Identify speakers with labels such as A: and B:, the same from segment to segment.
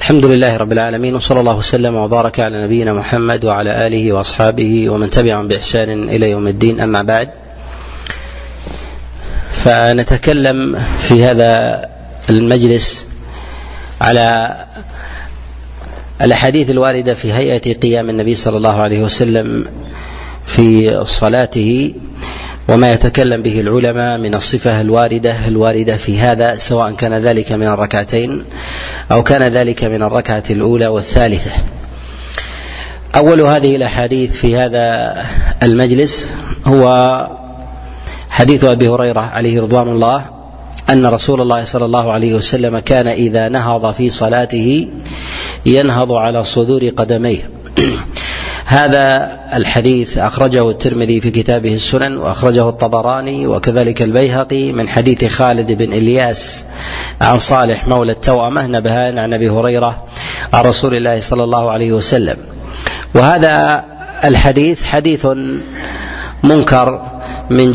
A: الحمد لله رب العالمين، وصلى الله وسلم وبارك على نبينا محمد وعلى آله وأصحابه ومن تبعهم بإحسان إلى يوم الدين. أما بعد، فنتكلم في هذا المجلس على الأحاديث الواردة في هيئة قيام النبي صلى الله عليه وسلم في صلاته، وما يتكلم به العلماء من الصفة الواردة في هذا، سواء كان ذلك من الركعتين أو كان ذلك من الركعة الأولى والثالثة. أول هذه الأحاديث في هذا المجلس هو حديث أبي هريرة عليه رضوان الله أن رسول الله صلى الله عليه وسلم كان إذا نهض في صلاته ينهض على صدور قدميه. هذا الحديث أخرجه الترمذي في كتابه السنن، وأخرجه الطبراني وكذلك البيهقي من حديث خالد بن إلياس عن صالح مولى التوأمة نبهان عن أبي هريرة عن رسول الله صلى الله عليه وسلم. وهذا الحديث حديث منكر من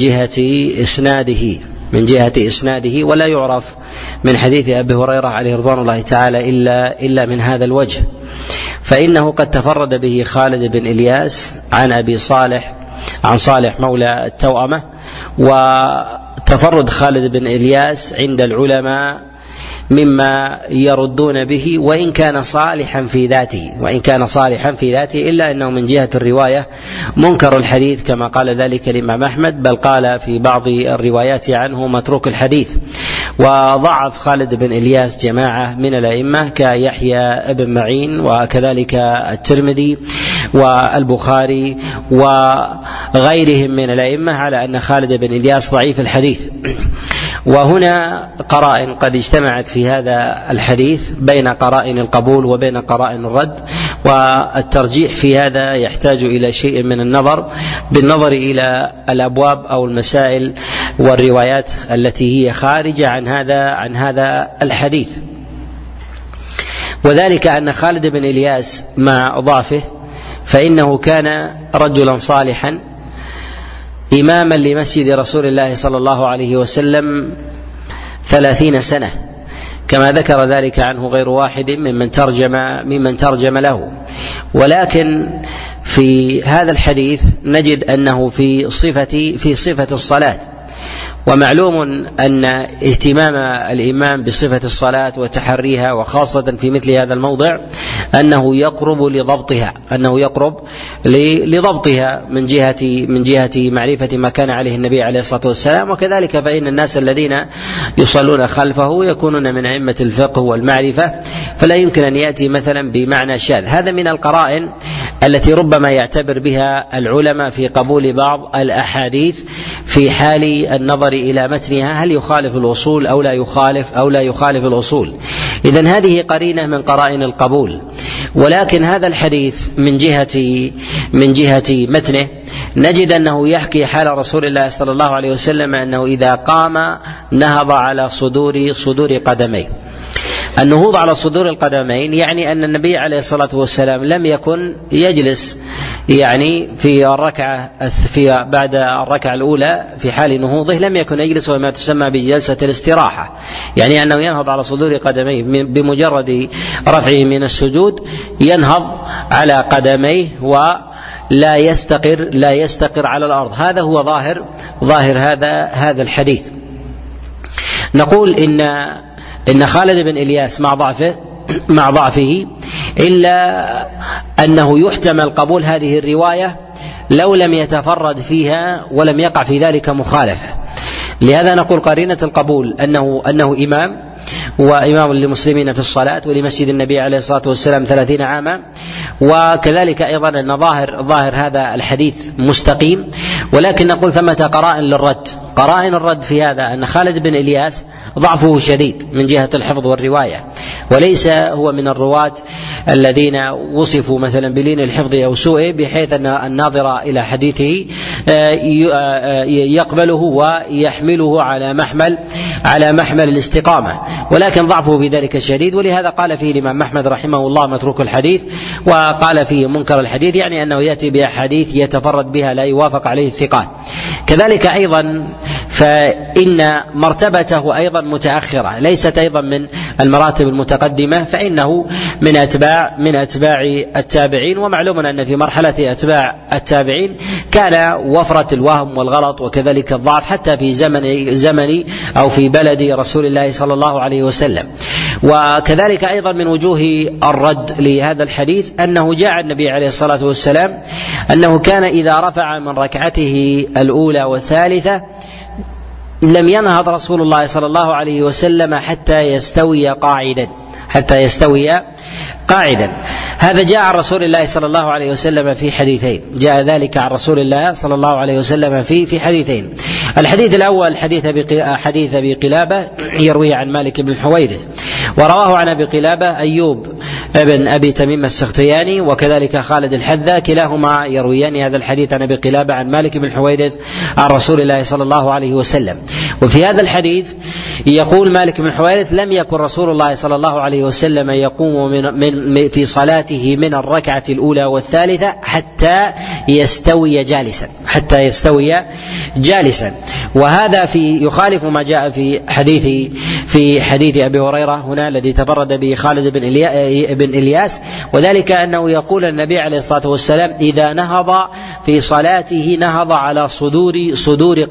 A: جهة إسناده، ولا يعرف من حديث أبي هريرة عليه رضوان الله تعالى إلا من هذا الوجه، فإنه قد تفرد به خالد بن إلياس عن صالح مولى التوأمة. وتفرد خالد بن إلياس عند العلماء مما يردون به، وإن كان صالحا في ذاته إلا أنه من جهة الرواية منكر الحديث كما قال ذلك الإمام أحمد، بل قال في بعض الروايات عنه متروك الحديث. وضعف خالد بن إلياس جماعة من الأئمة كيحيى بن معين وكذلك الترمذي والبخاري وغيرهم من الأئمة على أن خالد بن إلياس ضعيف الحديث. وهنا قرائن قد اجتمعت في هذا الحديث بين قرائن القبول وبين قرائن الرد، والترجيح في هذا يحتاج إلى شيء من النظر بالنظر إلى الأبواب أو المسائل والروايات التي هي خارجة عن هذا الحديث. وذلك أن خالد بن إلياس مع ضعفه فإنه كان رجلا صالحا إماما لمسجد رسول الله صلى الله عليه وسلم 30 سنة، كما ذكر ذلك عنه غير واحد ممن ترجم له. ولكن في هذا الحديث نجد أنه في صفة الصلاة، ومعلوم أن اهتمام الإمام بصفة الصلاة وتحريها، وخاصة في مثل هذا الموضع، أنه يقرب لضبطها من جهة معرفة ما كان عليه النبي عليه الصلاة والسلام. وكذلك فإن الناس الذين يصلون خلفه يكونون من أئمة الفقه والمعرفة، فلا يمكن أن يأتي مثلا بمعنى شاذ. هذا من القرائن التي ربما يعتبر بها العلماء في قبول بعض الأحاديث في حال النظر إلى متنها، هل يخالف الأصول أو لا يخالف الأصول. إذن هذه قرينة من قرائن القبول. ولكن هذا الحديث من جهة متنه نجد أنه يحكي حال رسول الله صلى الله عليه وسلم أنه إذا قام نهض على صدور قدميه. النهوض على صدور القدمين يعني أن النبي عليه الصلاة والسلام لم يكن يجلس بعد الركعة الأولى في حال نهوضه لم يكن يجلس وما تسمى بجلسة الاستراحة، يعني أنه ينهض على صدور قدميه بمجرد رفعه من السجود، ينهض على قدميه ولا يستقر على الأرض. هذا هو ظاهر هذا الحديث. نقول إن خالد بن إلياس مع ضعفه إلا أنه يحتمل قبول هذه الرواية لو لم يتفرد فيها ولم يقع في ذلك مخالفة. لهذا نقول قرينة القبول أنه إمام، وإمام للمسلمين في الصلاة ولمسجد النبي عليه الصلاة والسلام 30 عاما. وكذلك أيضا أن ظاهر هذا الحديث مستقيم. ولكن نقول ثمة قرائن الرد في هذا أن خالد بن إلياس ضعفه شديد من جهة الحفظ والرواية، وليس هو من الرواة الذين وصفوا مثلا بلين الحفظ أو سوءه، بحيث أن الناظر إلى حديثه يقبله ويحمله على محمل الاستقامة. ولكن ضعفه في ذلك شديد، ولهذا قال فيه الإمام أحمد رحمه الله متروك الحديث، وقال فيه منكر الحديث، يعني أنه يأتي بأحاديث يتفرد بها لا يوافق عليه الثقات. كذلك أيضا فإن مرتبته أيضا متأخرة، ليست أيضا من المراتب المتقدمة، فإنه من أتباع التابعين. ومعلوم أن في مرحلة أتباع التابعين كان وفرة الوهم والغلط وكذلك الضعف حتى في زمن أو في بلد رسول الله صلى الله عليه وسلم. وكذلك أيضا من وجوه الرد لهذا الحديث أنه جاء النبي عليه الصلاة والسلام أنه كان إذا رفع من ركعته الأولى والثالثة لم ينهض رسول الله صلى الله عليه وسلم حتى يستوي قاعدا. هذا جاء عن رسول الله صلى الله عليه وسلم في حديثين، جاء ذلك عن رسول الله صلى الله عليه وسلم في حديثين. الحديث الأول حديث أبي قلابة يروي عن مالك بن الحويرث، ورواه عن أبي قلابة أيوب ابن أبي تميم السختياني وكذلك خالد الحذا، كلاهما يرويان هذا الحديث عن أبي قلابة عن مالك بن الحويرث عن رسول الله صلى الله عليه وسلم. وفي هذا الحديث يقول مالك بن الحويرث: لم يكن رسول الله صلى الله عليه وسلم يقوم في صلاته من الركعة الأولى والثالثة حتى يستوي جالسا. وهذا يخالف ما جاء في حديث أبي هريرة هنا الذي تفرد به خالد بن إلياس، وذلك أنه يقول النبي عليه الصلاة والسلام إذا نهض في صلاته نهض على صدور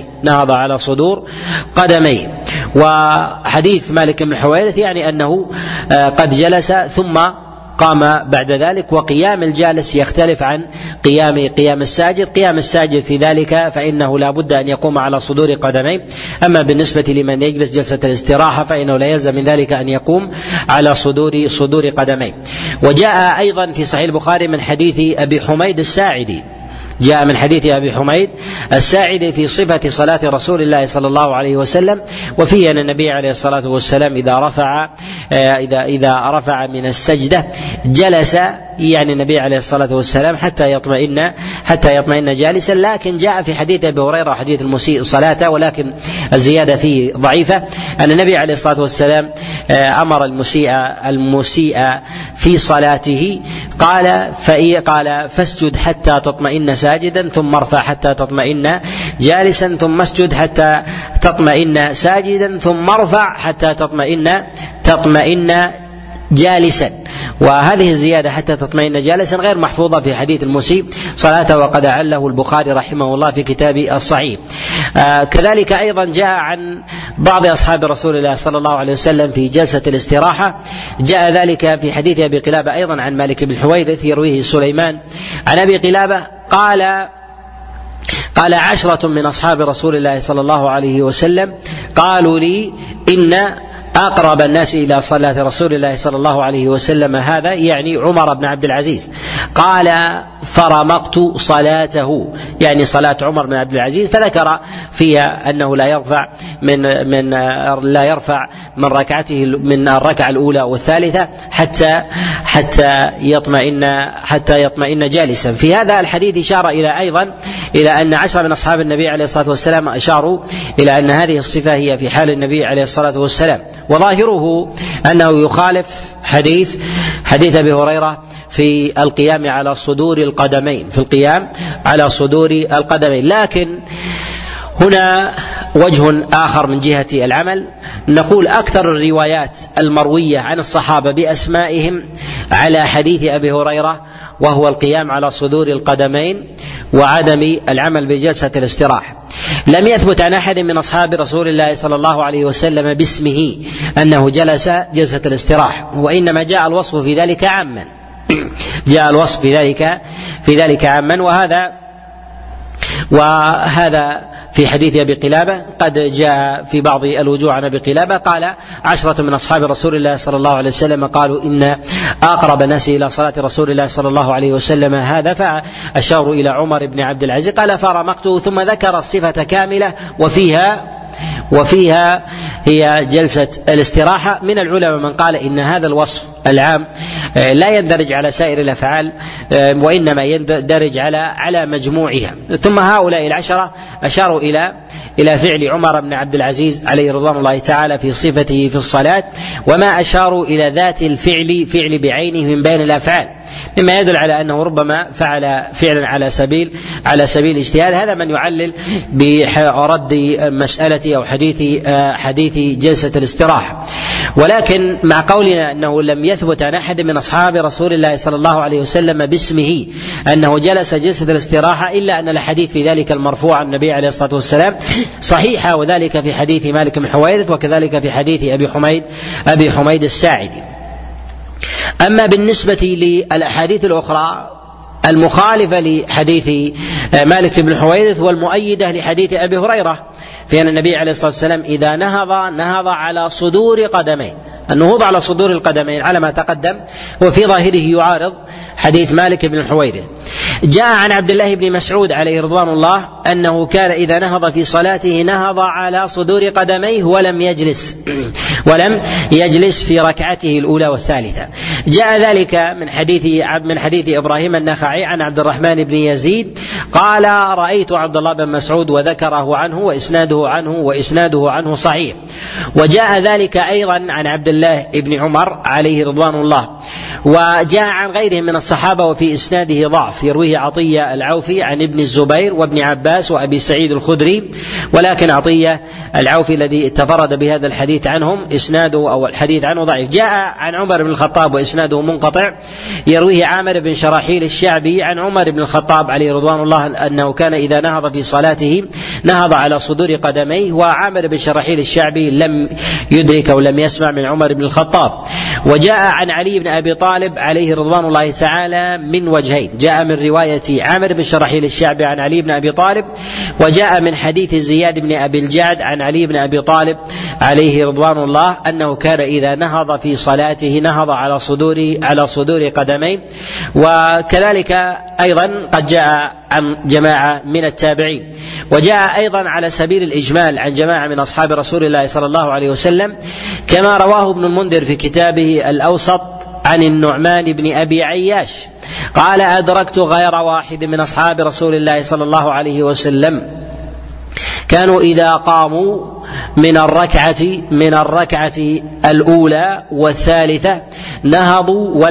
A: قدميه. وحديث مالك بن الحويرث يعني أنه قد جلس ثم قام بعد ذلك، وقيام الجالس يختلف عن قيام الساجد. قيام الساجد في ذلك فإنه لا بد أن يقوم على صدور قدميه، أما بالنسبة لمن يجلس جلسة الاستراحة فإنه لا يلزم من ذلك أن يقوم على صدور قدميه. وجاء أيضا في صحيح البخاري من حديث أبي حميد الساعدي، جاء من حديث أبي حميد الساعدي في صفة صلاة رسول الله صلى الله عليه وسلم، وفيه أن النبي عليه الصلاة والسلام إذا رفع من السجدة جلس، يعني النبي عليه الصلاة والسلام حتى يطمئن جالسا. لكن جاء في حديث أبي هريرة حديث المسيء صلاته، ولكن الزيادة فيه ضعيفة، أن النبي عليه الصلاة والسلام أمر المسيء في صلاته قال فاسجد حتى تطمئن ساجدا ثم ارفع حتى تطمئن جالسا ثم اسجد حتى تطمئن ساجدا ثم ارفع حتى تطمئن جالسا. وهذه الزيادة حتى تطمئن جالسا غير محفوظة في حديث المسيء صلاته، وقد أعله البخاري رحمه الله في كتابه الصحيح. كذلك أيضا جاء عن بعض أصحاب رسول الله صلى الله عليه وسلم في جلسة الاستراحة، جاء ذلك في حديث أبي قلابة أيضا عن مالك بن الحويرث يرويه سليمان عن أبي قلابة قال 10 من أصحاب رسول الله صلى الله عليه وسلم قالوا لي إن أقرب الناس إلى صلاة رسول الله صلى الله عليه وسلم هذا، يعني عمر بن عبد العزيز، قال فرمقت صلاته، يعني صلاة عمر بن عبد العزيز، فذكر فيها أنه لا يرفع من ركعته من الركعة الأولى والثالثة حتى يطمئن جالسا. في هذا الحديث إشارة إلى أن 10 من أصحاب النبي عليه الصلاة والسلام أشاروا إلى أن هذه الصفة هي في حال النبي عليه الصلاة والسلام، وظاهره أنه يخالف حديث أبي هريرة في القيام على صدور القدمين. لكن هنا وجه آخر من جهة العمل، نقول أكثر الروايات المروية عن الصحابة بأسمائهم على حديث أبي هريرة، وهو القيام على صدور القدمين وعدم العمل بجلسة الاستراحة. لم يثبت عن أحد من أصحاب رسول الله صلى الله عليه وسلم باسمه أنه جلس جلسة الاستراحة، وإنما جاء الوصف في ذلك عاما. وهذا في حديث أبي قلابة قد جاء في بعض الوجوه عن أبي قلابة قال 10 من أصحاب رسول الله صلى الله عليه وسلم قالوا إن أقرب الناس إلى صلاة رسول الله صلى الله عليه وسلم هذا، فأشاروا إلى عمر بن عبد العزيز قال فرمقته، ثم ذكر الصفة كاملة وفيها هي جلسة الاستراحة. من العلماء من قال إن هذا الوصف العام لا يندرج على سائر الأفعال، وإنما يندرج على مجموعها. ثم هؤلاء العشرة أشاروا إلى فعل عمر بن عبد العزيز عليه رضوان الله تعالى في صفته في الصلاة، وما أشاروا إلى ذات فعل بعينه من بين الأفعال، مما يدل على أنه ربما فعل فعلا على سبيل اجتهاد. هذا من يعلل برد مسألة أو حديث جلسة الاستراحة. ولكن مع قولنا أنه لم يثبت عن أحد من أصحاب رسول الله صلى الله عليه وسلم باسمه أنه جلس جلسة الاستراحة، إلا أن الحديث في ذلك المرفوع عن النبي عليه الصلاة والسلام صحيحة، وذلك في حديث مالك بن حويرث، وكذلك في حديث أبي حميد الساعدي. أما بالنسبة للأحاديث الأخرى المخالفة لحديث مالك بن حويرث والمؤيدة لحديث أبي هريرة، فإن النبي عليه الصلاة والسلام إذا نهض على صدور قدمين، النهوض على صدور القدمين على ما تقدم وفي ظاهره يعارض حديث مالك بن الحويرث. جاء عن عبد الله بن مسعود عليه رضوان الله أنه كان إذا نهض في صلاته نهض على صدور قدميه ولم يجلس في ركعته الأولى والثالثة. جاء ذلك من حديث إبراهيم النخعي عن عبد الرحمن بن يزيد قال: رأيت عبد الله بن مسعود وذكره عنه وإسناده عنه صحيح. وجاء ذلك أيضا عن عبد الله بن عمر عليه رضوان الله، وجاء عن غيرهم من الصحابة وفي إسناده ضعف، يرويه عطية العوفي عن ابن الزبير وابن عباس وأبي سعيد الخدري، ولكن عطية العوفي الذي تفرد بهذا الحديث عنهم إسناده أو الحديث عنه ضعيف. جاء عن عمر بن الخطاب وإسناده منقطع، يرويه عامر بن شراحيل الشعبي عن عمر بن الخطاب عليه رضوان الله أنه كان إذا نهض في صلاته نهض على صدور قدميه، وعامر بن شراحيل الشعبي لم يدرك أو لم يسمع من عمر بن الخطاب. وجاء عن علي بن أبي طالب عليه رضوان الله تعالى من وجهين، جاء من رواية عامر بن شراحيل الشعبي عن علي بن أبي طالب، وجاء من حديث زياد بن أبي الجعد عن علي بن أبي طالب عليه رضوان الله أنه كان إذا نهض في صلاته نهض على صدور قدمين. وكذلك أيضا قد جاء عن جماعة من التابعين، وجاء أيضا على سبيل الإجمال عن جماعة من أصحاب رسول الله صلى الله عليه وسلم، كما رواه ابن المنذر في كتابه الأوسط عن النعمان بن أبي عياش قال: أدركت غير واحد من أصحاب رسول الله صلى الله عليه وسلم كانوا إذا قاموا من الركعة الأولى والثالثة نهضوا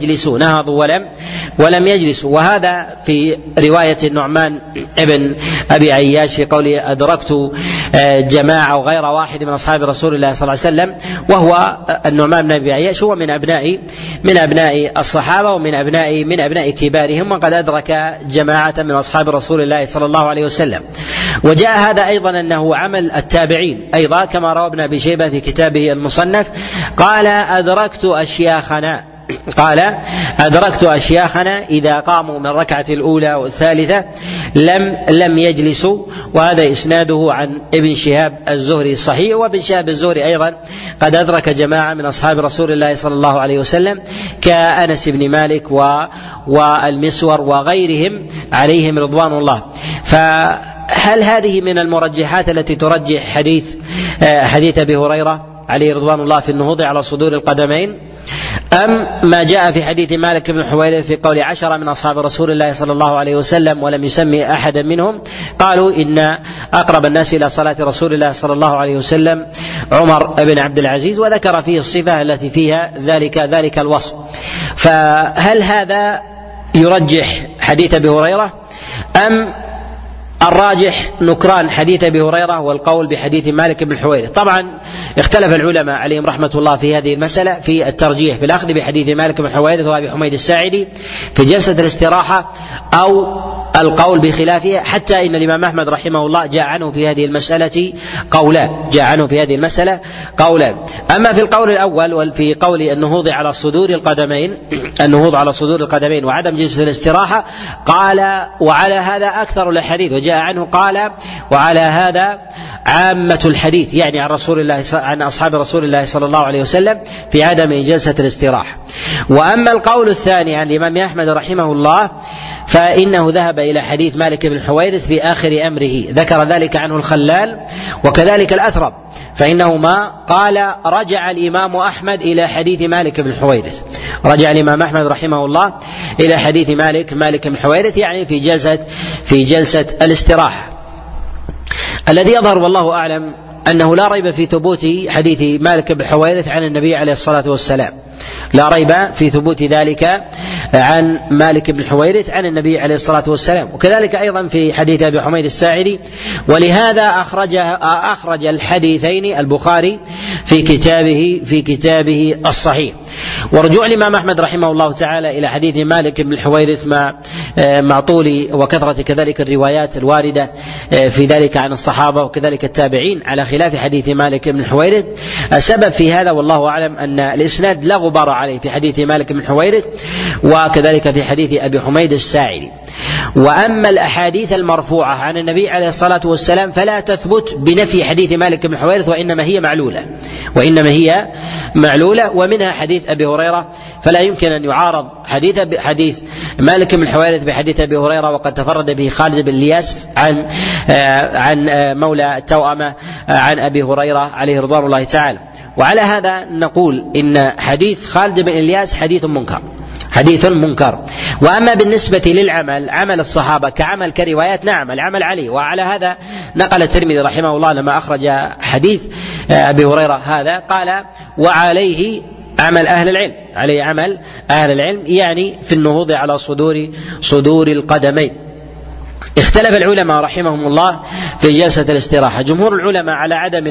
A: ولم يجلسوا. وهذا في رواية النعمان ابن أبي عياش في قوله أدركت جماعة وغير واحد من أصحاب رسول الله صلى الله عليه وسلم، وهو النعمان بن أبي عياش هو من أبناء الصحابة ومن أبناء كبارهم، وقد أدرك جماعة من أصحاب رسول الله صلى الله عليه وسلم. وجاء هذا أيضا أنه عمل التابعين أيضا، كما روى ابن أبي شيبة في كتابه المصنف قال: أدركت أشياخنا إذا قاموا من الركعة الأولى والثالثة لم يجلسوا. وهذا إسناده عن ابن شهاب الزهري الصحيح، وابن شهاب الزهري أيضا قد أدرك جماعة من أصحاب رسول الله صلى الله عليه وسلم كأنس بن مالك والمسور وغيرهم عليهم رضوان الله. فهل هذه من المرجحات التي ترجح حديث أبي هريرة عليه رضوان الله في النهوض على صدور القدمين، أم ما جاء في حديث مالك بن حويرث في قول 10 من أصحاب رسول الله صلى الله عليه وسلم ولم يسمي أحدا منهم؟ قالوا إن أقرب الناس إلى صلاة رسول الله صلى الله عليه وسلم عمر بن عبد العزيز، وذكر فيه الصفة التي فيها ذلك الوصف. فهل هذا يرجح حديث أبي هريرة، أم الراجح نكران حديث أبي هريرة والقول بحديث مالك بن الحويرث؟ طبعا اختلف العلماء عليهم رحمة الله في هذه المسألة في الترجيح في الأخذ بحديث مالك بن الحويرث وأبي حميد الساعدي في جلسة الاستراحة أو القول بخلافها، حتى إن الإمام أحمد رحمه الله جاء عنه في هذه المسألة قولان. أما في القول الأول وفي قول النهوض على صدور القدمين وعدم جلسة الاستراحة، قال: وعلى هذا أكثر الحديث. وجاء عنه قال: وعلى هذا عامة الحديث، يعني عن أصحاب رسول الله صلى الله عليه وسلم في عدم جلسة الاستراحة. وأما القول الثاني عن الإمام أحمد رحمه الله فإنه ذهب إلى حديث مالك بن الحويرث في آخر أمره، ذكر ذلك عنه الخلال وكذلك الأثرب، فإنهما قال رجع الإمام أحمد إلى حديث مالك بن الحويرث، رجع الإمام أحمد رحمه الله إلى حديث مالك بن الحويرث، يعني في جلسة الاستراحة. الذي يظهر والله أعلم أنه لا ريب في ثبوت حديث مالك بن الحويرث عن النبي عليه الصلاة والسلام، لا ريب في ثبوت ذلك عن مالك بن الحويرث عن النبي عليه الصلاة والسلام، وكذلك أيضا في حديث أبي حميد الساعدي، ولهذا أخرج الحديثين البخاري في كتابه الصحيح. ورجوع الإمام أحمد رحمه الله تعالى إلى حديث مالك بن الحويرث مع طول وكثرة كذلك الروايات الواردة في ذلك عن الصحابة وكذلك التابعين على خلاف حديث مالك بن الحويرث، السبب في هذا والله أعلم أن الإسناد لا غبار عليه في حديث مالك بن الحويرث وكذلك في حديث أبي حميد الساعدي. وأما الأحاديث المرفوعة عن النبي عليه الصلاة والسلام فلا تثبت بنفي حديث مالك بن الحويرث، وإنما هي معلولة، ومنها حديث أبي هريرة، فلا يمكن أن يعارض حديث مالك بن الحويرث بحديث أبي هريرة، وقد تفرد به خالد بن الياس عن مولى التوأمة عن أبي هريرة عليه رضوان الله تعالى. وعلى هذا نقول إن حديث خالد بن الياس حديث منكر. وأما بالنسبة للعمل، عمل الصحابة كروايات، نعم العمل عليه. وعلى هذا نقل الترمذي رحمه الله لما أخرج حديث أبي هريرة هذا قال وعليه عمل أهل العلم، يعني في النهوض على صدور القدمين. اختلف العلماء رحمهم الله في جلسة الاستراحة، جمهور العلماء على عدم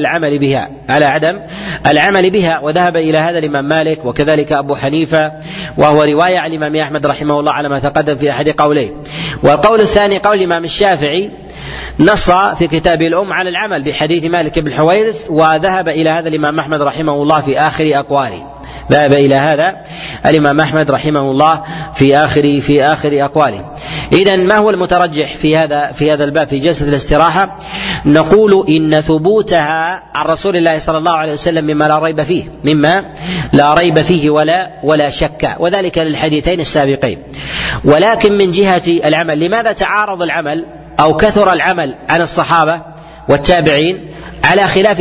A: العمل بها، وذهب إلى هذا الإمام مالك وكذلك أبو حنيفة، وهو رواية عن الإمام أحمد رحمه الله على ما تقدم في أحد قوليه. والقول الثاني قول الإمام الشافعي، نص في كتابه الأم على العمل بحديث مالك بن الحويرث، وذهب إلى هذا الإمام أحمد رحمه الله في آخر أقواله، ذهب إلى هذا الإمام أحمد رحمه الله في آخر أقواله. إذن ما هو المترجح في هذا الباب في جلسة الاستراحة؟ نقول إن ثبوتها عن رسول الله صلى الله عليه وسلم مما لا ريب فيه ولا شك، وذلك للحديثين السابقين. ولكن من جهة العمل، لماذا تعارض العمل أو كثر العمل عن الصحابة والتابعين على خلاف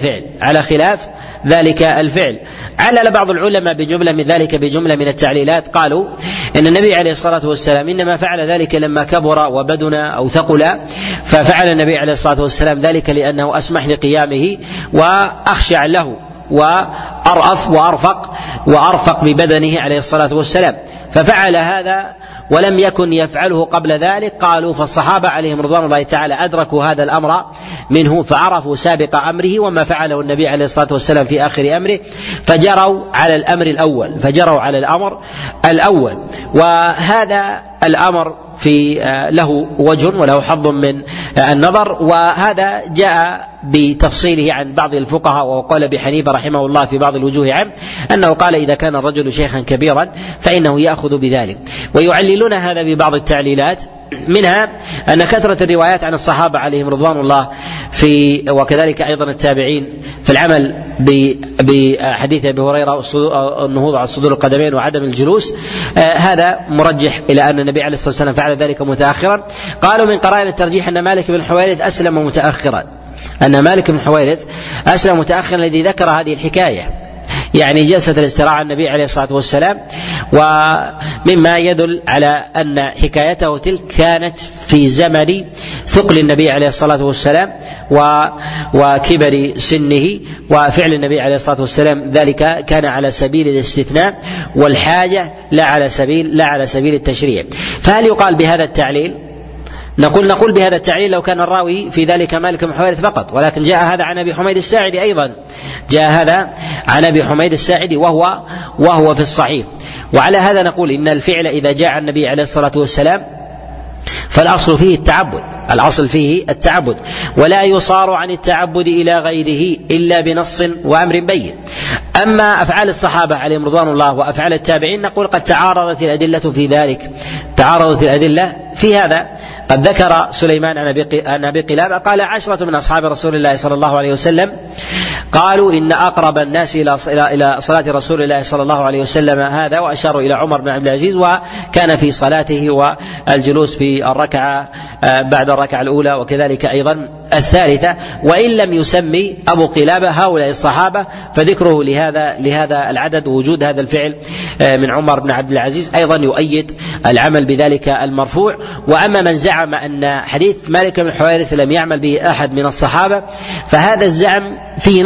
A: ذلك الفعل؟ علل بعض العلماء بجملة من التعليلات، قالوا إن النبي عليه الصلاة والسلام إنما فعل ذلك لما كبر وبدن أو ثقل، ففعل النبي عليه الصلاة والسلام ذلك لأنه أسمح لقيامه وأخشع له وأرفق ببدنه عليه الصلاة والسلام، ففعل هذا ولم يكن يفعله قبل ذلك. قالوا فالصحابة عليهم رضوان الله تعالى أدركوا هذا الأمر منه، فعرفوا سابق أمره وما فعله النبي عليه الصلاة والسلام في آخر أمره، فجروا على الأمر الأول. وهذا الأمر له وجه وله حظ من النظر، وهذا جاء بتفصيله عن بعض الفقهاء، وقال أبي حنيفة رحمه الله في بعض الوجوه عنه أنه قال إذا كان الرجل شيخا كبيرا فإنه يأخذ بذلك. ويعللون هذا ببعض التعليلات، منها أن كثرة الروايات عن الصحابة عليهم رضوان الله وكذلك أيضا التابعين في العمل بحديث أبي هريرة النهوض على صدور القدمين وعدم الجلوس، هذا مرجح إلى أن النبي عليه الصلاة والسلام فعل ذلك متأخرا. قالوا من قرائن الترجيح أن مالك بن الحويرث أسلم متأخرا، الذي ذكر هذه الحكاية يعني جلسة الاستراحة النبي عليه الصلاة والسلام، ومما يدل على أن حكايته تلك كانت في زمن ثقل النبي عليه الصلاة والسلام وكبر سنه، وفعل النبي عليه الصلاة والسلام ذلك كان على سبيل الاستثناء والحاجة لا على سبيل التشريع. فهل يقال بهذا التعليل؟ نقول بهذا التعليل لو كان الراوي في ذلك مالك بن الحويرث فقط، ولكن جاء هذا عن أبي حميد الساعدي أيضا، وهو في الصحيح. وعلى هذا نقول إن الفعل إذا جاء عن النبي عليه الصلاة والسلام فالأصل فيه التعبد، ولا يصار عن التعبد إلى غيره إلا بنص وأمر بين. أما أفعال الصحابة عليهم رضوان الله وأفعال التابعين نقول قد تعارضت الأدلة في ذلك، في هذا. قد ذكر سليمان عن أبي قلابة قال 10 من أصحاب رسول الله صلى الله عليه وسلم قالوا إن أقرب الناس إلى صلاة رسول الله صلى الله عليه وسلم هذا، وأشاروا إلى عمر بن عبد العزيز، وكان في صلاته والجلوس في الركعة بعد الركعة الأولى وكذلك أيضا الثالثة. وإن لم يسمي أبو قلابة هؤلاء الصحابة فذكره لهذا العدد ووجود هذا الفعل من عمر بن عبد العزيز أيضا يؤيد العمل بذلك المرفوع. وأما من زعم أن حديث مالك بن الحويرث لم يعمل به أحد من الصحابة فهذا الزعم فيه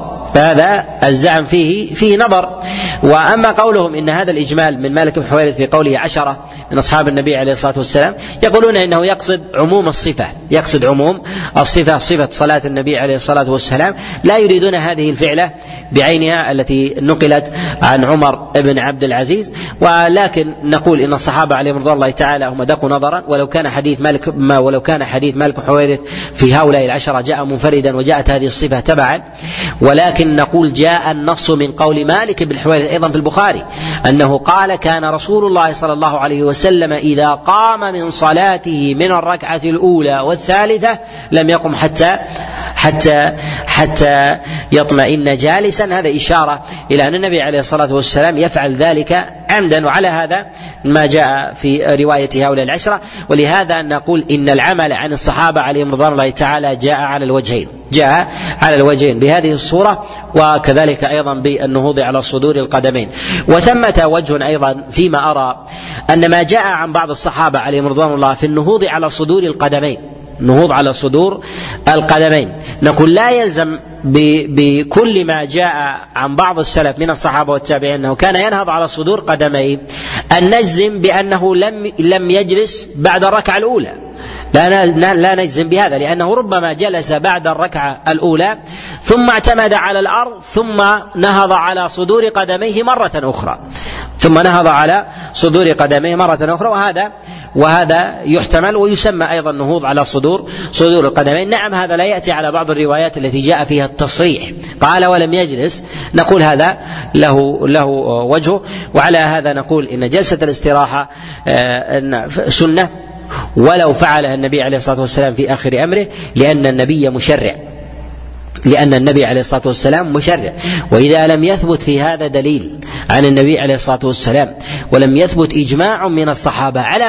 A: نظر. وأما قولهم إن هذا الإجمال من مالك بن الحويرث في قوله 10 من أصحاب النبي عليه الصلاة والسلام، يقولون إنه يقصد عموم الصفة، صفة صلاة النبي عليه الصلاة والسلام، لا يريدون هذه الفعلة بعينها التي نقلت عن عمر بن عبد العزيز. ولكن نقول إن الصحابة عليهم رضوان الله تعالى هم دقوا نظرا، ولو كان حديث مالك بن الحويرث في هؤلاء 10 جاء منفردا وجاءت هذه الصفة تبعا. ولكن نقول جاء النص من قول مالك بن الحويرث أيضا في البخاري أنه قال: كان رسول الله صلى الله عليه وسلم إذا قام من صلاته من الركعة الأولى والثالثة لم يقم حتى يطمئن جالسا. هذا إشارة إلى أن النبي عليه الصلاة والسلام يفعل ذلك عمدا، وعلى هذا ما جاء في رواية هؤلاء 10. ولهذا نقول إن العمل عن الصحابة عليهم رضوان الله تعالى جاء على الوجهين بهذه الصورة، وكذلك أيضا بالنهوض على صدور القدمين. وثمة وجه أيضا فيما أرى أن ما جاء عن بعض الصحابة عليهم رضوان الله في النهوض على صدور القدمين، نقول لا يلزم بكل ما جاء عن بعض السلف من الصحابة والتابعين أنه كان ينهض على صدور قدميه أن نجزم بأنه لم يجلس بعد الركعة الأولى. لا نجزم بهذا، لأنه ربما جلس بعد الركعة الأولى ثم اعتمد على الأرض ثم نهض على صدور قدميه مرة أخرى، وهذا يحتمل ويسمى أيضا النهوض على صدور القدمين. نعم، هذا لا يأتي على بعض الروايات التي جاء فيها التصريح قال ولم يجلس، نقول هذا له وجهه. وعلى هذا نقول إن جلسة الاستراحة سنة ولو فعلها النبي عليه الصلاة والسلام في آخر أمره، لأن النبي عليه الصلاة والسلام مشرع. وإذا لم يثبت في هذا دليل عن النبي عليه الصلاة والسلام ولم يثبت إجماع من الصحابة على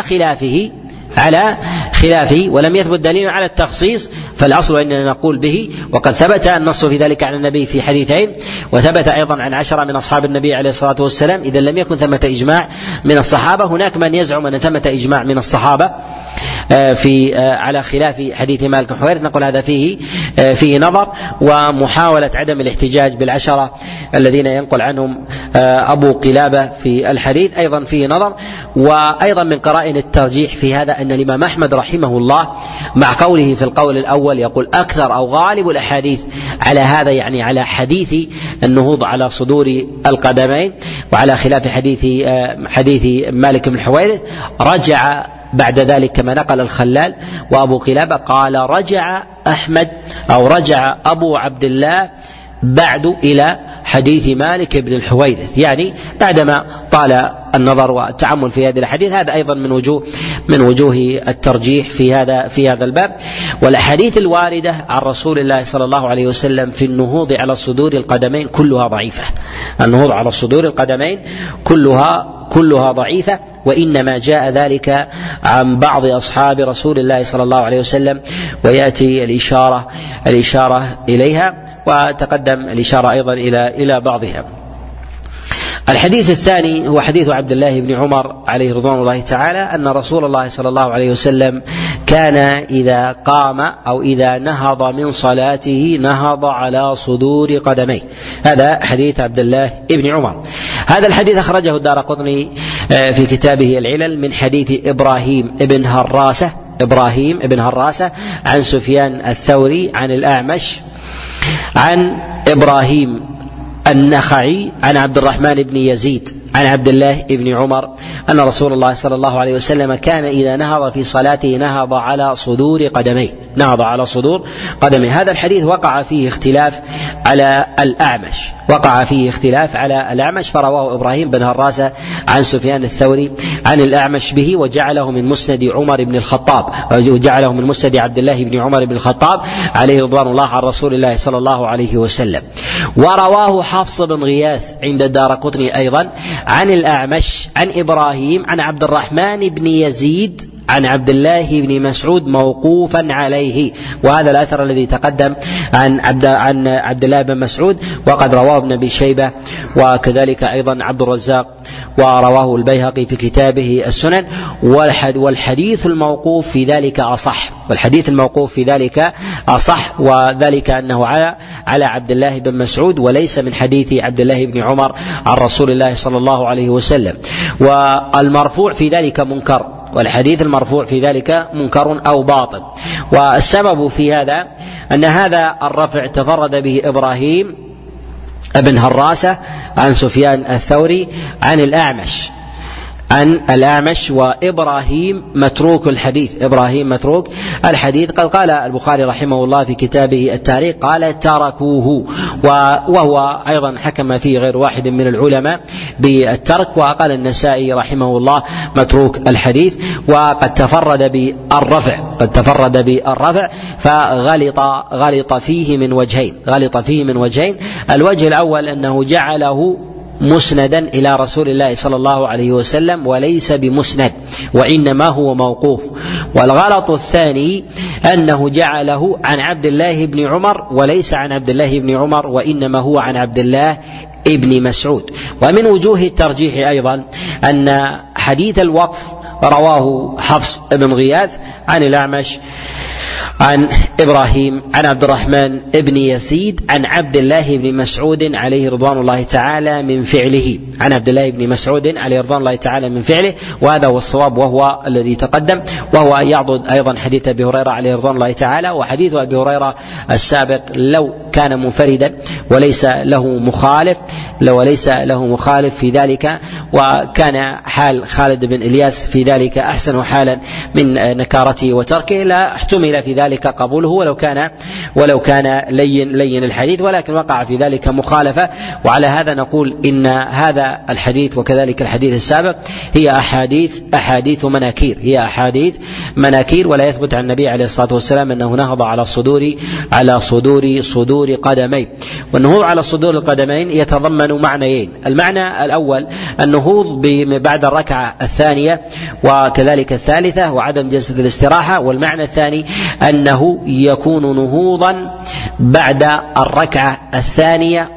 A: خلافه ولم يثبت دليل على التخصيص، فالأصل أننا نقول به. وقد ثبت النص في ذلك عن النبي في حديثين، وثبت أيضا عن 10 من أصحاب النبي عليه الصلاة والسلام. إذا لم يكن ثمة إجماع من الصحابة، هناك من يزعم أن ثمة إجماع من الصحابة على خلاف حديث مالك بن الحويرث، نقول هذا فيه نظر. ومحاولة عدم الاحتجاج بال10 الذين ينقل عنهم أبو قلابة في الحديث أيضا فيه نظر. وأيضا من قرائن الترجيح في هذا أن الإمام أحمد رحمه الله مع قوله في القول الأول يقول أكثر أو غالب الأحاديث على هذا، يعني على حديث النهوض على صدور القدمين، وعلى خلاف حديث مالك بن الحويرث، رجع بعد ذلك كما نقل الخلال وأبو قلابة قال رجع أحمد أو رجع أبو عبد الله بعد إلى حديث مالك بن الحويرث، يعني بعدما طال النظر والتعمل في هذا الحديث. هذا أيضا من وجوه الترجيح في هذا الباب. والأحاديث الواردة عن رسول الله صلى الله عليه وسلم في النهوض على صدور القدمين كلها ضعيفة. النهوض على صدور القدمين كلها ضعيفة، وإنما جاء ذلك عن بعض أصحاب رسول الله صلى الله عليه وسلم، ويأتي الإشارة إليها، وتقدم الإشارة أيضا إلى بعضها. الحديث الثاني هو حديث عبد الله بن عمر عليه رضوان الله تعالى أن رسول الله صلى الله عليه وسلم كان إذا قام أو إذا نهض من صلاته نهض على صدور قدميه. هذا حديث عبد الله بن عمر. هذا الحديث أخرجه الدارقطني في كتابه العلل من حديث إبراهيم بن هراسة عن سفيان الثوري عن الأعمش عن إبراهيم النخعي عن عبد الرحمن بن يزيد عن عبد الله بن عمر أن رسول الله صلى الله عليه وسلم كان إذا نهض في صلاته نهض على صدور قدميه. نهض على صدور قدميه. هذا الحديث وقع فيه اختلاف على الأعمش، فرواه إبراهيم بن هراسة عن سفيان الثوري عن الأعمش به، وجعله من مسند عمر بن الخطاب، وجعله من مسند عبد الله بن عمر بن الخطاب عليه رضوان الله عن رسول الله صلى الله عليه وسلم. ورواه حفص بن غياث عند الدارقطني أيضا عن الأعمش عن إبراهيم عن عبد الرحمن بن يزيد عن عبد الله بن مسعود موقوفا عليه، وهذا الأثر الذي تقدم عن عبد الله بن مسعود، وقد رواه ابن أبي شيبة وكذلك أيضا عبد الرزاق، ورواه البيهقي في كتابه السنن. والحديث الموقوف في ذلك أصح، وذلك أنه على عبد الله بن مسعود وليس من حديث عبد الله بن عمر عن رسول الله صلى الله عليه وسلم. والمرفوع في ذلك منكر، والحديث المرفوع في ذلك منكر أو باطل. والسبب في هذا أن هذا الرفع تفرد به إبراهيم بن هراسة عن سفيان الثوري عن الأعمش، وإبراهيم متروك الحديث. قد قال البخاري رحمه الله في كتابه التاريخ قال تركوه، وهو أيضا حكم فيه غير واحد من العلماء بالترك. وقال النسائي رحمه الله متروك الحديث، وقد تفرد بالرفع فغلط فيه من وجهين. الوجه الأول أنه جعله مسندا إلى رسول الله صلى الله عليه وسلم وليس بمسند، وإنما هو موقوف. والغلط الثاني أنه جعله عن عبد الله بن عمر وليس عن عبد الله بن عمر، وإنما هو عن عبد الله ابن مسعود. ومن وجوه الترجيح أيضا أن حديث الوقف رواه حفص بن غياث عن الأعمش عن إبراهيم عن عبد الرحمن بن يزيد عن عبد الله بن مسعود عليه رضوان الله تعالى من فعله، وهذا هو الصواب وهو الذي تقدم، وهو يعضد أيضا حديث أبي هريرة عليه رضوان الله تعالى. وحديث أبي هريرة السابق لو كان منفردا وليس له مخالف في ذلك، وكان حال خالد بن إلياس في ذلك أحسن حالا من نكارته وتركه، لا احتمل في ذلك قبوله ولو كان لين الحديث، ولكن وقع في ذلك مخالفة. وعلى هذا نقول إن هذا الحديث وكذلك الحديث السابق هي أحاديث مناكير، ولا يثبت عن النبي عليه الصلاة والسلام أنه نهض على صدور قدمين. والنهوض على صدور القدمين يتضمن معنيين: المعنى الأول النهوض بعد الركعة الثانية وكذلك الثالثة وعدم جلسة الاستراحة، والمعنى الثاني أنه يكون نهوضا بعد الركعة الثانية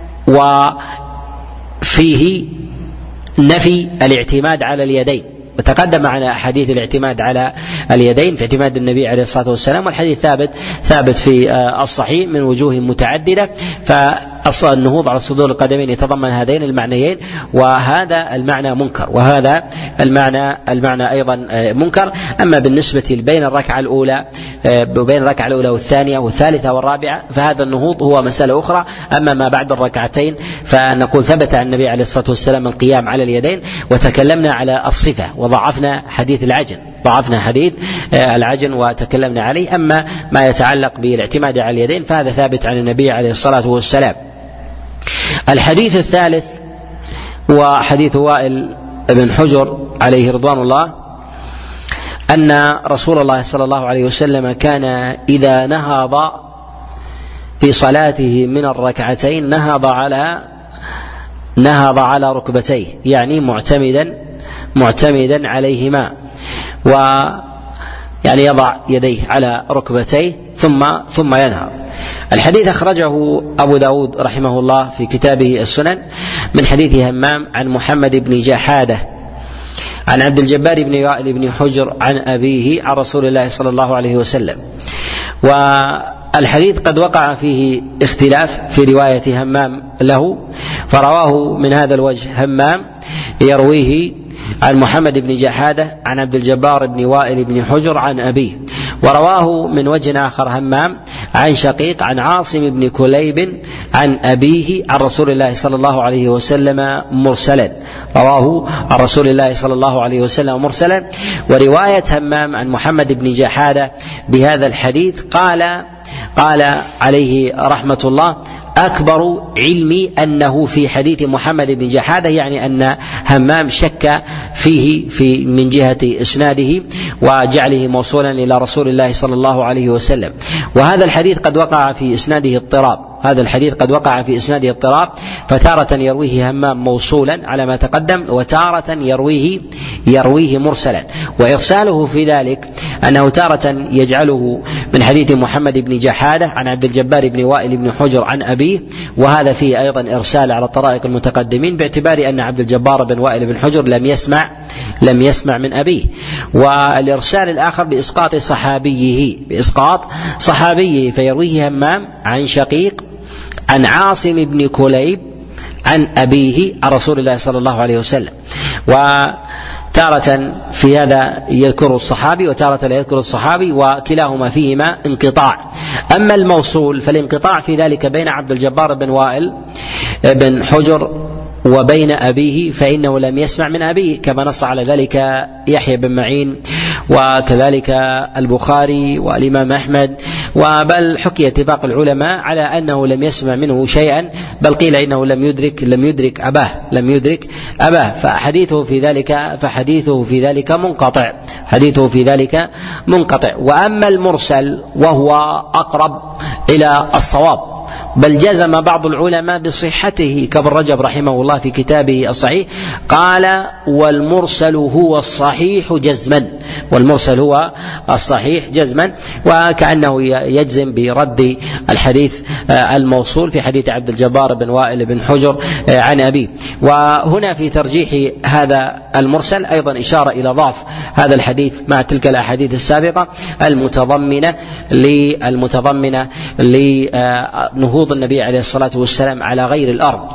A: وفيه نفي الاعتماد على اليدين. وتقدم معنا أحاديث الاعتماد على اليدين في اعتماد النبي عليه الصلاة والسلام، والحديث ثابت في الصحيح من وجوه متعددة. فالنهوض على صدور القدمين يتضمن هذين المعنيين، وهذا المعنى منكر وهذا المعنى أيضا منكر. أما بالنسبة بين الركعة الأولى والثانية والثالثة والرابعة فهذا النهوض هو مسألة أخرى. أما ما بعد الركعتين فنقول ثبت عن النبي عليه الصلاة والسلام القيام على اليدين، وتكلمنا على الصفة وضعفنا حديث العجن وتكلمنا عليه. أما ما يتعلق بالاعتماد على اليدين فهذا ثابت عن النبي عليه الصلاة والسلام. الحديث الثالث وحديث وائل بن حجر عليه رضوان الله أن رسول الله صلى الله عليه وسلم كان إذا نهض في صلاته من الركعتين نهض على ركبتيه، يعني معتمدا عليهما، ويعني يضع يديه على ركبتيه ثم ينهض. الحديث أخرجه أبو داود رحمه الله في كتابه السنن من حديث همام عن محمد بن جحادة عن عبد الجبار بن وائل بن حجر عن أبيه عن رسول الله صلى الله عليه وسلم. والحديث قد وقع فيه اختلاف في رواية همام له، فرواه من هذا الوجه همام يرويه عن محمد بن جحادة عن عبد الجبار بن وائل بن حجر عن أبيه، ورواه من وجه آخر همام عن شقيق عن عاصم بن كليب عن أبيه عن رسول الله صلى الله عليه وسلم مرسلا، رواه عن رسول الله صلى الله عليه وسلم مرسلا. ورواية همام عن محمد بن جحادة بهذا الحديث قال عليه رحمة الله: أكبر علمي أنه في حديث محمد بن جحادة، يعني أن همام شك فيه من جهة إسناده وجعله موصولا إلى رسول الله صلى الله عليه وسلم. وهذا الحديث قد وقع في إسناده اضطراب، فتارة يرويه همام موصولا على ما تقدم، وتارة يرويه مرسلا. وإرساله في ذلك أنه تارة يجعله من حديث محمد بن جحادة عن عبد الجبار بن وائل بن حجر عن أبيه، وهذا فيه أيضا إرسال على الطرائق المتقدمين، باعتبار أن عبد الجبار بن وائل بن حجر لم يسمع من أبيه. والإرسال الآخر بإسقاط صحابيه فيرويه همام عن شقيق عن عاصم بن كليب عن أبيه عن رسول الله صلى الله عليه وسلم. وتارة في هذا يذكر الصحابي وتارة لا يذكر الصحابي، وكلاهما فيهما انقطاع. أما الموصول فالانقطاع في ذلك بين عبد الجبار بن وائل بن حجر وبين أبيه، فإنه لم يسمع من أبيه، كما نص على ذلك يحيى بن معين وكذلك البخاري والإمام أحمد، وبل حكي اتفاق العلماء على أنه لم يسمع منه شيئا، بل قيل إنه لم يدرك أباه، فحديثه في ذلك منقطع. وأما المرسل وهو أقرب إلى الصواب، بل جزم بعض العلماء بصحته كابن رجب رحمه الله في كتابه الصحيح، قال: والمرسل هو الصحيح جزما، وكأنه يجزم برد الحديث الموصول في حديث عبد الجبار بن وائل بن حجر عن أبيه. وهنا في ترجيح هذا المرسل أيضا إشارة إلى ضعف هذا الحديث مع تلك الأحاديث السابقة المتضمنة لنهوض النبي عليه الصلاة والسلام على غير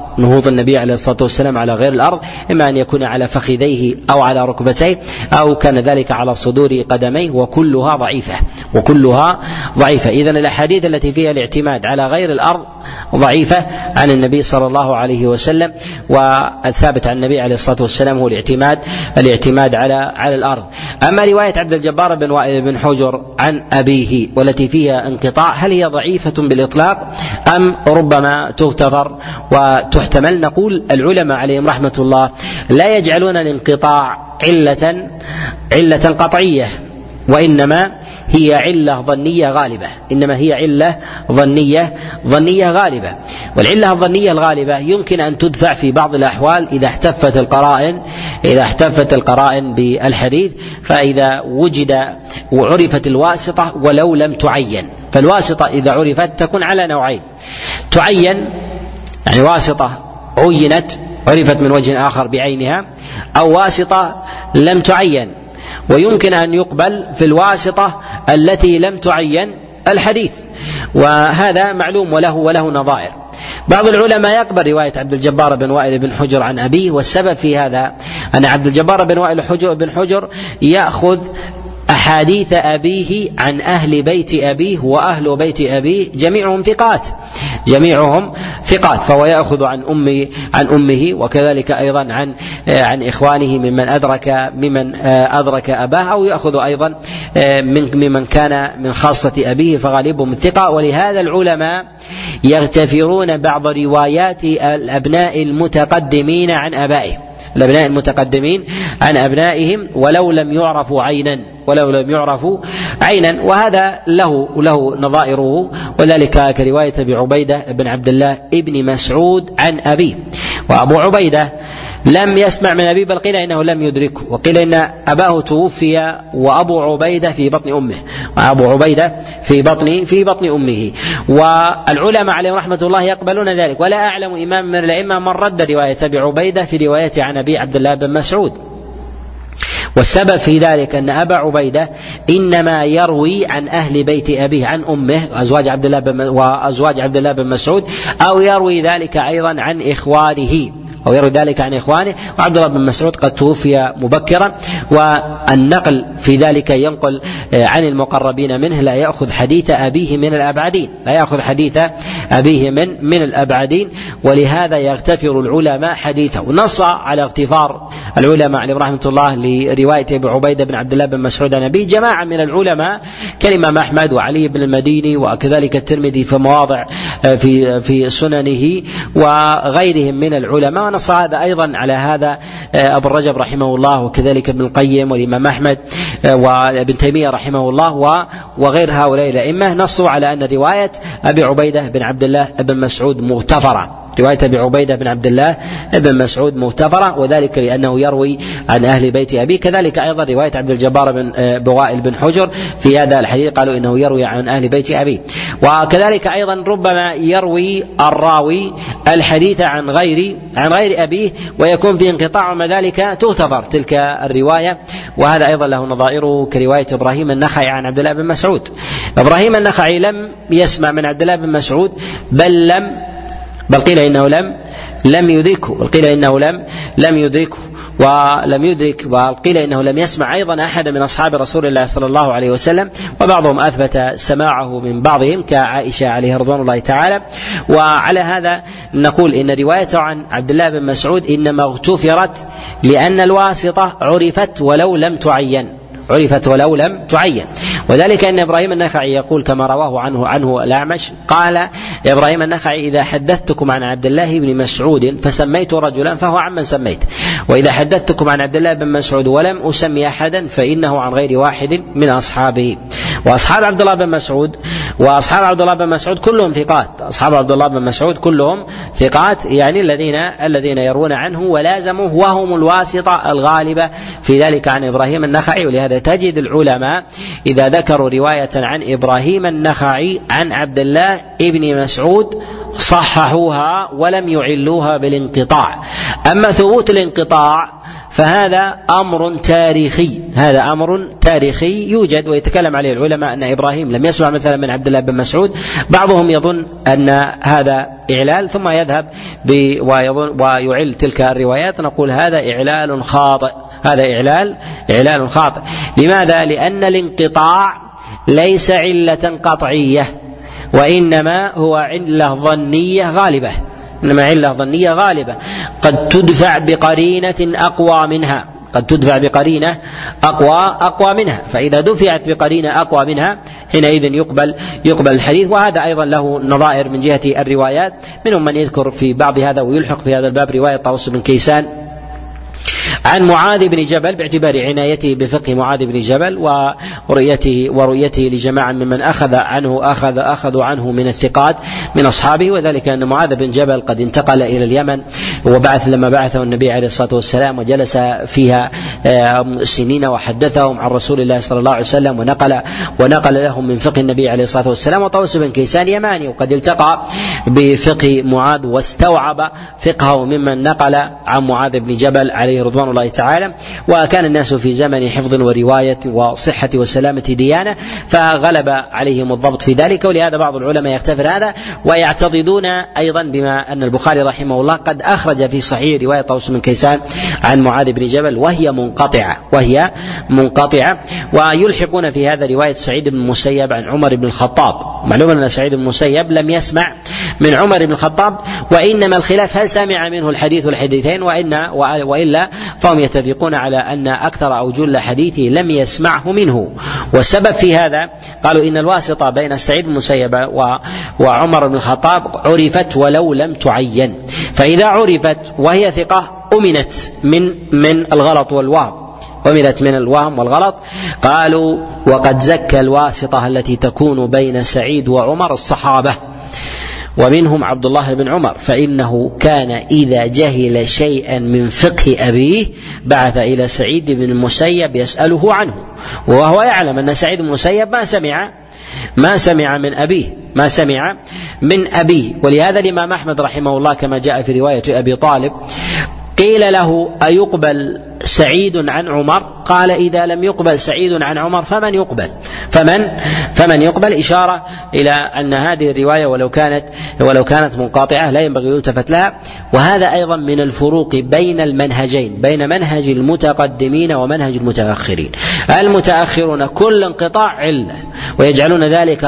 A: الأرض، إما أن يكون على فخذيه أو على ركبتيه أو كان ذلك على صدور قدميه، وكلها ضعيفة. إذن الأحاديث التي فيها الاعتماد على غير الأرض ضعيفة عن النبي صلى الله عليه وسلم، والثابت عن النبي عليه الصلاة والسلام هو الاعتماد على الأرض. أما رواية عبد الجبار بن وائل بن حجر عن أبيه والتي فيها انقطاع، هل هي ضعيفة بالإطلاق أم ربما تغتفر وتحتمل؟ نقول العلماء عليهم رحمة الله لا يجعلون الانقطاع علة قطعية، وإنما هي علة ظنية غالبة. والعلة الظنية الغالبة يمكن أن تدفع في بعض الأحوال إذا احتفت القرائن بالحديث، فإذا وجد وعرفت الواسطة ولو لم تعين. فالواسطة إذا عرفت تكون على نوعين: تعين يعني واسطة عرفت من وجه آخر بعينها، أو واسطة لم تعين، ويمكن أن يقبل في الواسطة التي لم تعين الحديث، وهذا معلوم وله نظائر. بعض العلماء يقبل رواية عبد الجبار بن وائل بن حجر عن أبيه، والسبب في هذا أن عبد الجبار بن وائل بن حجر يأخذ أحاديث أبيه عن أهل بيت أبيه، وأهل بيت أبيه جميعهم ثقات، فهو يأخذ عن أمه وكذلك أيضا عن إخوانه ممن أدرك أباه، أو يأخذ أيضا ممن كان من خاصة أبيه فغالبهم الثقة. ولهذا العلماء يغتفرون بعض روايات الأبناء المتقدمين عن أبنائهم ولو لم يعرفوا عينا، وهذا له نظائره، وذلك كرواية أبي عبيدة بن عبد الله ابن مسعود عن أبيه. وأبو عبيدة لم يسمع من أبيه، بل قيل إنه لم يدركه، وقيل إن أباه توفي وأبو عبيدة في بطن أمه. والعلماء عليهم رحمة الله يقبلون ذلك، ولا أعلم إمام من الأئمة من رد رواية أبي عبيدة في روايته عن أبي عبد الله بن مسعود. والسبب في ذلك أن أبا عبيدة إنما يروي عن أهل بيت أبيه، عن أمه وأزواج عبد الله بن مسعود، أو يروي ذلك أيضا عن إخوانه، وعبد الله بن مسعود قد توفي مبكرا، والنقل في ذلك ينقل عن المقربين منه لا يأخذ حديث أبيه من الأبعدين، لا يأخذ حديث أبيه من الأبعدين، ولهذا يغتفر العلماء حديثه. ونص على اغتفار العلماء عليهم رحمة الله لرواية أبي عبيدة بن عبد الله بن مسعود عن أبيه جماعة من العلماء كالإمام أحمد وعلي بن المديني وكذلك الترمذي في مواضع في سننه وغيرهم من العلماء. ونص هذا أيضا على هذا أبو الرجب رحمه الله وكذلك ابن القيم والإمام أحمد وابن تيمية رحمه الله وغير هؤلاء الأئمة نصوا على أن رواية أبي عبيدة بن عبد الله بن مسعود مغتفرة، رواية أبي عبيدة بن عبد الله بن مسعود مغتفرة، وذلك لأنه يروي عن أهل بيت أبيه. كذلك أيضا رواية عبد الجبار بن بوائل بن حجر في هذا الحديث قالوا إنه يروي عن أهل بيت أبيه. وكذلك أيضا ربما يروي الراوي الحديث عن غير أبيه ويكون في انقطاع، ومع ذلك تغتفر تلك الرواية. وهذا أيضا له نظائره كرواية إبراهيم النخعي عن عبد الله بن مسعود. إبراهيم النخعي لم يسمع من عبد الله بن مسعود بل قيل إنه لم يدركه، وقيل إنه لم يدركه ولم يدرك، وقيل إنه لم يسمع أيضا أحد من أصحاب رسول الله صلى الله عليه وسلم، وبعضهم أثبت سماعه من بعضهم كعائشة عليه رضوان الله تعالى. وعلى هذا نقول إن روايته عن عبد الله بن مسعود إنما اغتفرت لأن الواسطة عرفت ولو لم تعين، وذلك أن إبراهيم النخعي يقول كما رواه عنه الأعمش قال إبراهيم النخعي: إذا حدثتكم عن عبد الله بن مسعود فسميت رجلا فهو عمن سميت، وإذا حدثتكم عن عبد الله بن مسعود ولم أسمي أحدا فإنه عن غير واحد من أصحابه. وأصحاب عبد الله بن مسعود كلهم ثقات، أصحاب عبد الله بن مسعود كلهم ثقات، يعني الذين يروون عنه ولازموه، وهم الواسطة الغالبة في ذلك عن إبراهيم النخعي. ولهذا تجد العلماء إذا ذكروا رواية عن إبراهيم النخعي عن عبد الله ابن مسعود صححوها ولم يعلوها بالانقطاع. أما ثبوت الانقطاع فهذا أمر تاريخي يوجد ويتكلم عليه العلماء أن إبراهيم لم يسمع مثلا من عبد الله بن مسعود. بعضهم يظن أن هذا إعلال ثم يذهب ويعل تلك الروايات. نقول هذا إعلال خاطئ. لماذا؟ لأن الانقطاع ليس علة قطعية، وإنما هو علة ظنية غالبة، قد تدفع بقرينة أقوى منها، فإذا دفعت بقرينة أقوى منها حينئذ يقبل الحديث. وهذا أيضا له نظائر من جهة الروايات، منهم من يذكر في بعض هذا ويلحق في هذا الباب رواية طاووس بن كيسان عن معاذ بن جبل باعتبار عنايته بفقه معاذ بن جبل ورؤيته لجماعة ممن أخذوا عنه من الثقات من أصحابه، وذلك أن معاذ بن جبل قد انتقل إلى اليمن لما بعثه النبي عليه الصلاة والسلام، وجلس فيها سنين وحدثهم عن رسول الله صلى الله عليه وسلم ونقل لهم من فقه النبي عليه الصلاة والسلام. وطاووس بن كيسان يماني وقد التقى بفقه معاذ واستوعب فقهه ممن نقل عن معاذ بن جبل عليه رضوان الله تعالى. وكان الناس في زمن حفظ ورواية وصحة وسلامة ديانة، فغلب عليهم الضبط في ذلك. ولهذا بعض العلماء يغتفر هذا ويعتضدون أيضا بما أن البخاري رحمه الله قد أخرج في صحيح رواية طاووس بن كيسان عن معاذ بن جبل وهي منقطعة. ويلحقون في هذا رواية سعيد بن المسيب عن عمر بن الخطاب. معلوم أن سعيد بن المسيب لم يسمع من عمر بن الخطاب، وإنما الخلاف هل سمع منه الحديث والحديثين، وإلا فهم يتفقون على أن أكثر أو جل حديثه لم يسمعه منه. والسبب في هذا قالوا إن الواسطة بين سعيد بن المسيب وعمر بن الخطاب عرفت ولو لم تعين، فإذا عرفت وهي ثقة أمنت من الغلط والوهم. قالوا وقد زكى الواسطة التي تكون بين سعيد وعمر الصحابة، ومنهم عبد الله بن عمر، فإنه كان إذا جهل شيئا من فقه أبيه بعث إلى سعيد بن المسيب يسأله عنه، وهو يعلم أن سعيد بن المسيب ما سمع من أبيه. ولهذا الإمام أحمد رحمه الله كما جاء في رواية أبي طالب قيل له أيقبل سعيد عن عمر، قال إذا لم يقبل سعيد عن عمر فمن يقبل؟ فمن يقبل، إشارة إلى أن هذه الرواية ولو كانت منقطعة لا ينبغي يلتفت لها. وهذا أيضا من الفروق بين المنهجين، بين منهج المتقدمين ومنهج المتأخرين. المتأخرون كل انقطاع علة ويجعلون ذلك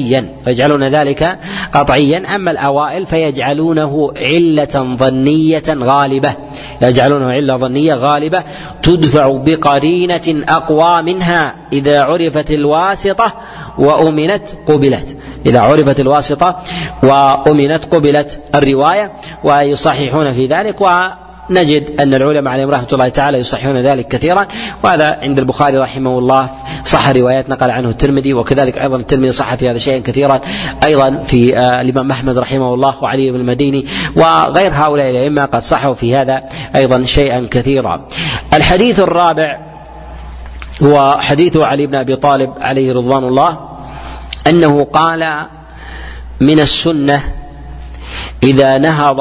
A: قطعيا، أما الأوائل فيجعلونه علة ظنية غالبة، يجعلونه علة ظنية غالبة تدفع بقرينة أقوى منها إذا عرفت الواسطة وأمنت قبلت، إذا عرفت الواسطة وأمنت قبلت الرواية، ويصححون في ذلك. ونجد أن العلماء عليهم رحمة الله تعالى يصححون ذلك كثيرا، وهذا عند البخاري رحمه الله صح روايات نقل عنه الترمذي، وكذلك أيضا الترمذي صح في هذا شيئا كثيرا، أيضا في الإمام أحمد رحمه الله وعلي بن المديني وغير هؤلاء الأئمة قد صحوا في هذا أيضا شيئا كثيرا. الحديث الرابع هو حديث علي بن أبي طالب عليه رضوان الله، أنه قال: من السنة إذا نهض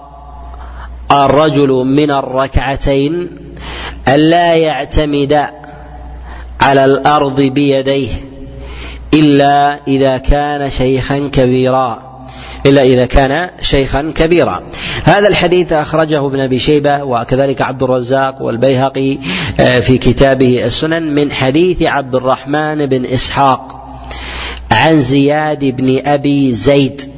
A: الرجل من الركعتين ألا يعتمد على الأرض بيديه إلا إذا كان شيخا كبيرا. هذا الحديث أخرجه ابن أبي شيبة وكذلك عبد الرزاق والبيهقي في كتابه السنن من حديث عبد الرحمن بن إسحاق عن زياد بن أبي زيد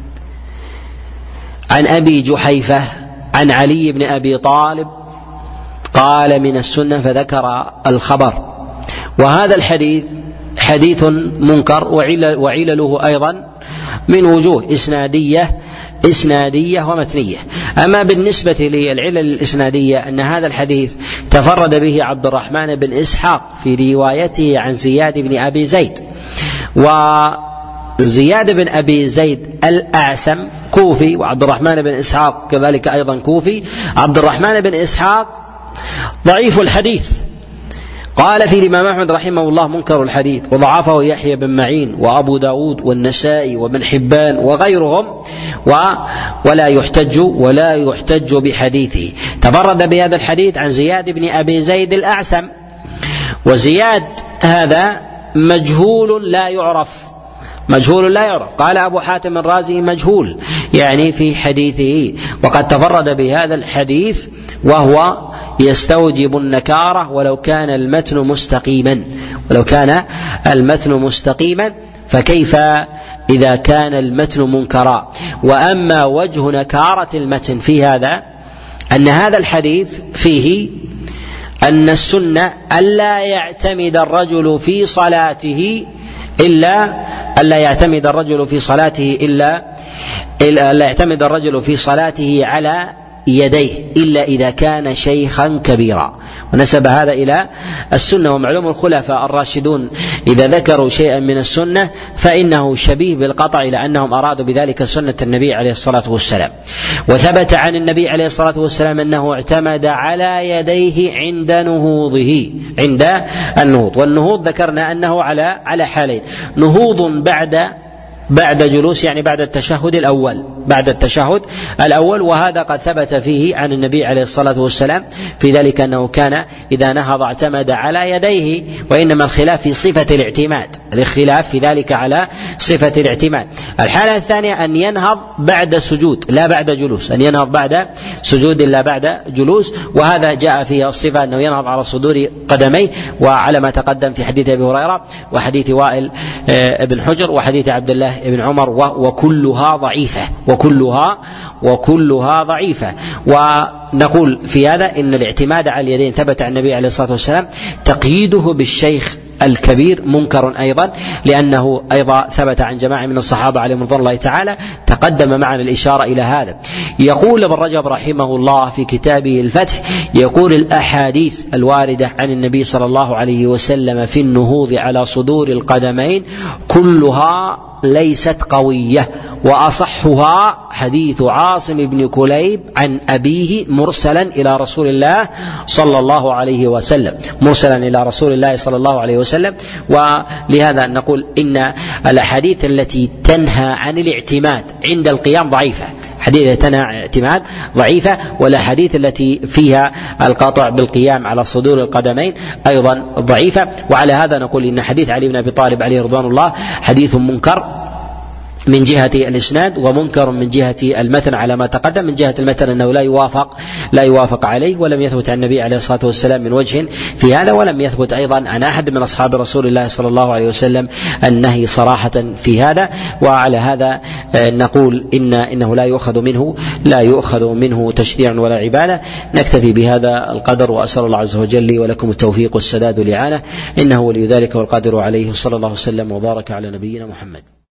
A: عن أبي جحيفة عن علي بن أبي طالب قال: من السنة، فذكر الخبر. وهذا الحديث حديث منكر وعلله أيضا من وجوه إسنادية ومتنية. أما بالنسبة للعلل الإسنادية أن هذا الحديث تفرد به عبد الرحمن بن إسحاق في روايته عن زياد بن أبي زيد، وزياد بن أبي زيد الأعسم كوفي، وعبد الرحمن بن إسحاق كذلك أيضا كوفي. عبد الرحمن بن إسحاق ضعيف الحديث، قال في الإمام أحمد رحمه الله منكر الحديث، وضعفه يحيى بن معين وأبو داود والنسائي وابن حبان وغيرهم، ولا يحتج بحديثه. تفرد بهذا الحديث عن زياد بن أبي زيد الأعسم، وزياد هذا مجهول لا يعرف. قال أبو حاتم الرازي مجهول يعني في حديثه، وقد تفرد بهذا الحديث وهو يستوجب النكارة ولو كان المتن مستقيما، فكيف إذا كان المتن منكرا؟ وأما وجه نكارة المتن في هذا أن هذا الحديث فيه أن السنة ألا يعتمد الرجل في صلاته على يديه إلا إذا كان شيخا كبيرا، ونسب هذا إلى السنة. ومعلوم الخلفاء الراشدون إذا ذكروا شيئا من السنة فإنه شبيه بالقطع، لأنهم أرادوا بذلك سنة النبي عليه الصلاة والسلام. وثبت عن النبي عليه الصلاة والسلام أنه اعتمد على يديه عند النهوض. والنهوض ذكرنا أنه على حالين: نهوض بعد جلوس، يعني بعد التشهد الأول، وهذا قد ثبت فيه عن النبي عليه الصلاة والسلام في ذلك أنه كان إذا نهض اعتمد على يديه، وإنما الخلاف في صفة الاعتماد، الاختلاف في ذلك على صفة الاعتماد. الحالة الثانية أن ينهض بعد سجود لا بعد جلوس، أن ينهض بعد سجود لا بعد جلوس، وهذا جاء فيه الصفة أنه ينهض على صدور قدميه، وعلى ما تقدم في حديث أبي هريرة وحديث وائل بن حجر وحديث عبد الله بن عمر، وكلها ضعيفة. ونقول في هذا إن الاعتماد على اليدين ثبت عن النبي عليه الصلاة والسلام، تقييده بالشيخ الكبير منكر أيضا، لأنه أيضا ثبت عن جماعة من الصحابة عليهم رضوان الله تعالى، تقدم معنا الإشارة إلى هذا. يقول ابن رجب رحمه الله في كتابه الفتح، يقول: الأحاديث الواردة عن النبي صلى الله عليه وسلم في النهوض على صدور القدمين كلها ليست قوية، وأصحها حديث عاصم بن كليب عن أبيه مرسلا إلى رسول الله صلى الله عليه وسلم. ولهذا نقول إن الأحاديث التي تنهى عن الاعتماد عند القيام ضعيفة، حديث اعتماد ضعيفة، والأحاديث التي فيها القطع بالقيام على صدور القدمين أيضا ضعيفة. وعلى هذا نقول إن حديث علي بن أبي طالب عليه رضوان الله حديث منكر من جهة الإسناد، ومنكر من جهة المتن على ما تقدم. من جهة المتن أنه لا يوافق عليه، ولم يثبت عن النبي عليه الصلاة والسلام من وجه في هذا، ولم يثبت أيضا عن أحد من أصحاب رسول الله صلى الله عليه وسلم النهي صراحة في هذا. وعلى هذا نقول إنه لا يؤخذ منه تشريع ولا عبادة. نكتفي بهذا القدر، وأسأل الله عز وجل لي ولكم التوفيق والسداد والإعانة، إنه ولي ذلك والقادر عليه. صلى الله وسلم وبارك على نبينا محمد.